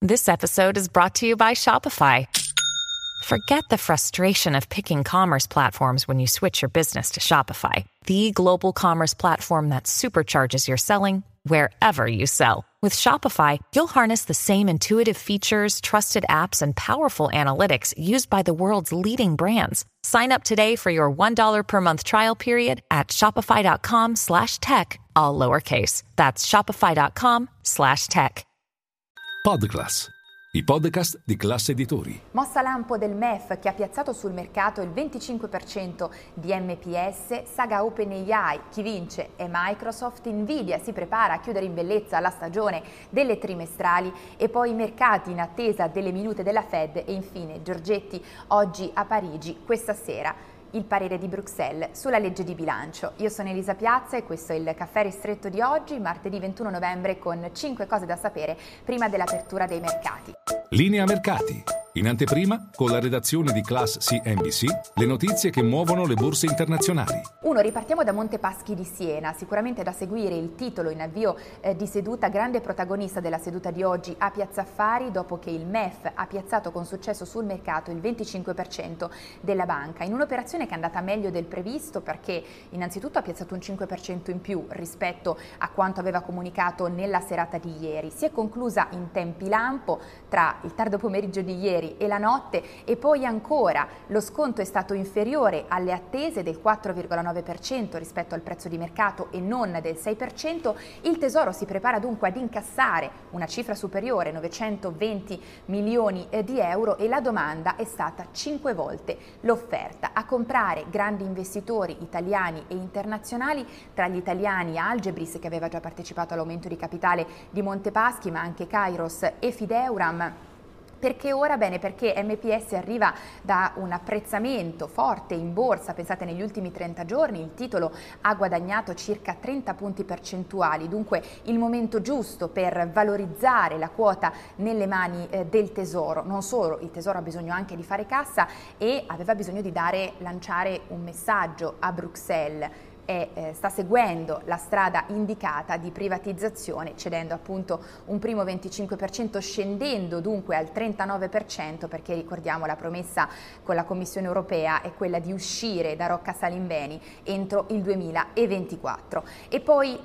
This episode is brought to you by Shopify. Forget the frustration of picking commerce platforms when you switch your business to Shopify, the global commerce platform that supercharges your selling wherever you sell. With Shopify, you'll harness the same intuitive features, trusted apps, and powerful analytics used by the world's leading brands. Sign up today for your $1 per month trial period at shopify.com/tech, all lowercase. That's shopify.com/tech. Podclass, i podcast di Class Editori. Mossa lampo del MEF che ha piazzato sul mercato il 25% di MPS, saga OpenAI, chi vince è Microsoft, Nvidia si prepara a chiudere in bellezza la stagione delle trimestrali e poi i mercati in attesa delle minute della Fed e infine Giorgetti oggi a Parigi, questa sera il parere di Bruxelles sulla legge di bilancio. Io sono Elisa Piazza e questo è il caffè ristretto di oggi, martedì 21 novembre, con 5 cose da sapere prima dell'apertura dei mercati. Linea mercati. In anteprima, con la redazione di Class CNBC, le notizie che muovono le borse internazionali. Ripartiamo da Monte Paschi di Siena, sicuramente da seguire il titolo in avvio di seduta, grande protagonista della seduta di oggi a Piazza Affari, dopo che il MEF ha piazzato con successo sul mercato il 25% della banca, in un'operazione che è andata meglio del previsto perché innanzitutto ha piazzato un 5% in più rispetto a quanto aveva comunicato nella serata di ieri. Si è conclusa in tempi lampo tra il tardo pomeriggio di ieri e la notte e poi ancora lo sconto è stato inferiore alle attese del 4,9% rispetto al prezzo di mercato e non del 6%. Il Tesoro si prepara dunque ad incassare una cifra superiore, 920 milioni di euro, e la domanda è stata 5 volte l'offerta. A comprare grandi investitori italiani e internazionali, tra gli italiani Algebris, che aveva già partecipato all'aumento di capitale di Monte Paschi, ma anche Kairos e Fideuram. Perché ora? Bene, perché MPS arriva da un apprezzamento forte in borsa. Pensate, negli ultimi 30 giorni il titolo ha guadagnato circa 30 punti percentuali, dunque il momento giusto per valorizzare la quota nelle mani del Tesoro. Non solo, il Tesoro ha bisogno anche di fare cassa e aveva bisogno di lanciare un messaggio a Bruxelles. Sta seguendo la strada indicata di privatizzazione, cedendo appunto un primo 25%, scendendo dunque al 39%, perché ricordiamo la promessa con la Commissione europea è quella di uscire da Rocca Salimbeni entro il 2024. E poi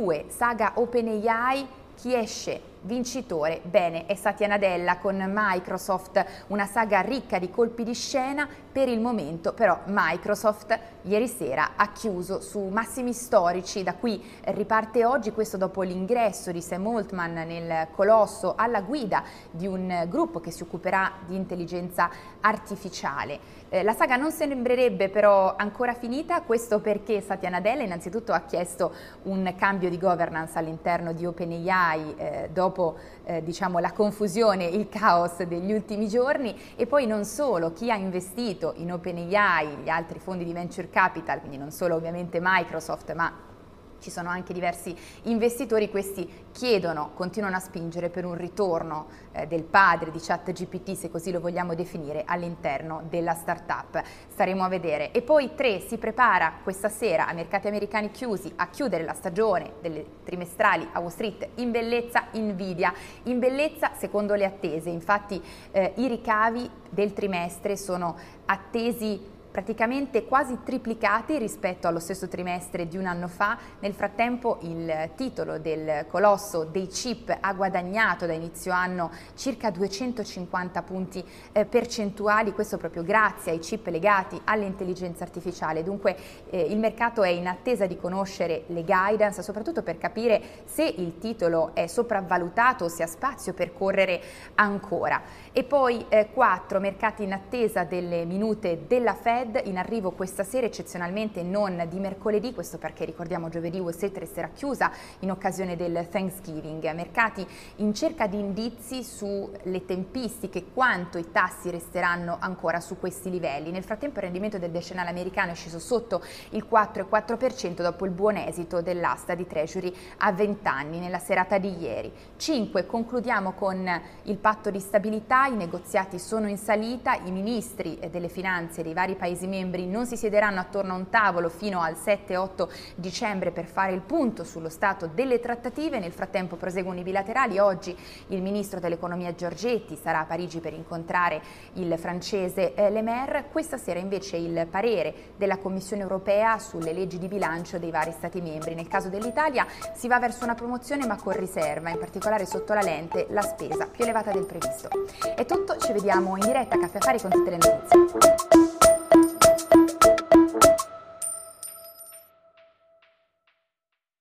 saga OpenAI, chi esce vincitore? Bene, è Satya Nadella con Microsoft, una saga ricca di colpi di scena. Per il momento però Microsoft ieri sera ha chiuso su massimi storici, da qui riparte oggi, questo dopo l'ingresso di Sam Altman nel colosso alla guida di un gruppo che si occuperà di intelligenza artificiale. La saga non sembrerebbe però ancora finita, questo perché Satya Nadella innanzitutto ha chiesto un cambio di governance all'interno di OpenAI dopo la confusione, il caos degli ultimi giorni, e poi non solo, chi ha investito in OpenAI, gli altri fondi di venture capital, quindi non solo ovviamente Microsoft, ma ci sono anche diversi investitori, questi continuano a spingere per un ritorno del padre di ChatGPT, se così lo vogliamo definire, all'interno della startup. Staremo a vedere. E poi si prepara questa sera a mercati americani chiusi a chiudere la stagione delle trimestrali a Wall Street in bellezza. Nvidia in bellezza secondo le attese, infatti i ricavi del trimestre sono attesi praticamente quasi triplicati rispetto allo stesso trimestre di un anno fa. Nel frattempo il titolo del colosso dei chip ha guadagnato da inizio anno circa 250 punti percentuali, questo proprio grazie ai chip legati all'intelligenza artificiale. Dunque il mercato è in attesa di conoscere le guidance, soprattutto per capire se il titolo è sopravvalutato o se ha spazio per correre ancora. E poi 4 mercati in attesa delle minute della Fed, in arrivo questa sera, eccezionalmente non di mercoledì, questo perché ricordiamo giovedì Wall Street resterà chiusa in occasione del Thanksgiving. Mercati in cerca di indizi sulle tempistiche, quanto i tassi resteranno ancora su questi livelli. Nel frattempo il rendimento del decennale americano è sceso sotto il 4,4% dopo il buon esito dell'asta di Treasury a 20 anni nella serata di ieri. 5. Concludiamo con il patto di stabilità, i negoziati sono in salita, i ministri delle finanze dei vari paesi Paesi membri non si siederanno attorno a un tavolo fino al 7-8 dicembre per fare il punto sullo stato delle trattative. Nel frattempo proseguono i bilaterali. Oggi il ministro dell'economia Giorgetti sarà a Parigi per incontrare il francese Le Maire. Questa sera invece il parere della Commissione europea sulle leggi di bilancio dei vari Stati membri. Nel caso dell'Italia si va verso una promozione ma con riserva, in particolare sotto la lente la spesa più elevata del previsto. È tutto, ci vediamo in diretta a Caffè Affari con tutte le notizie.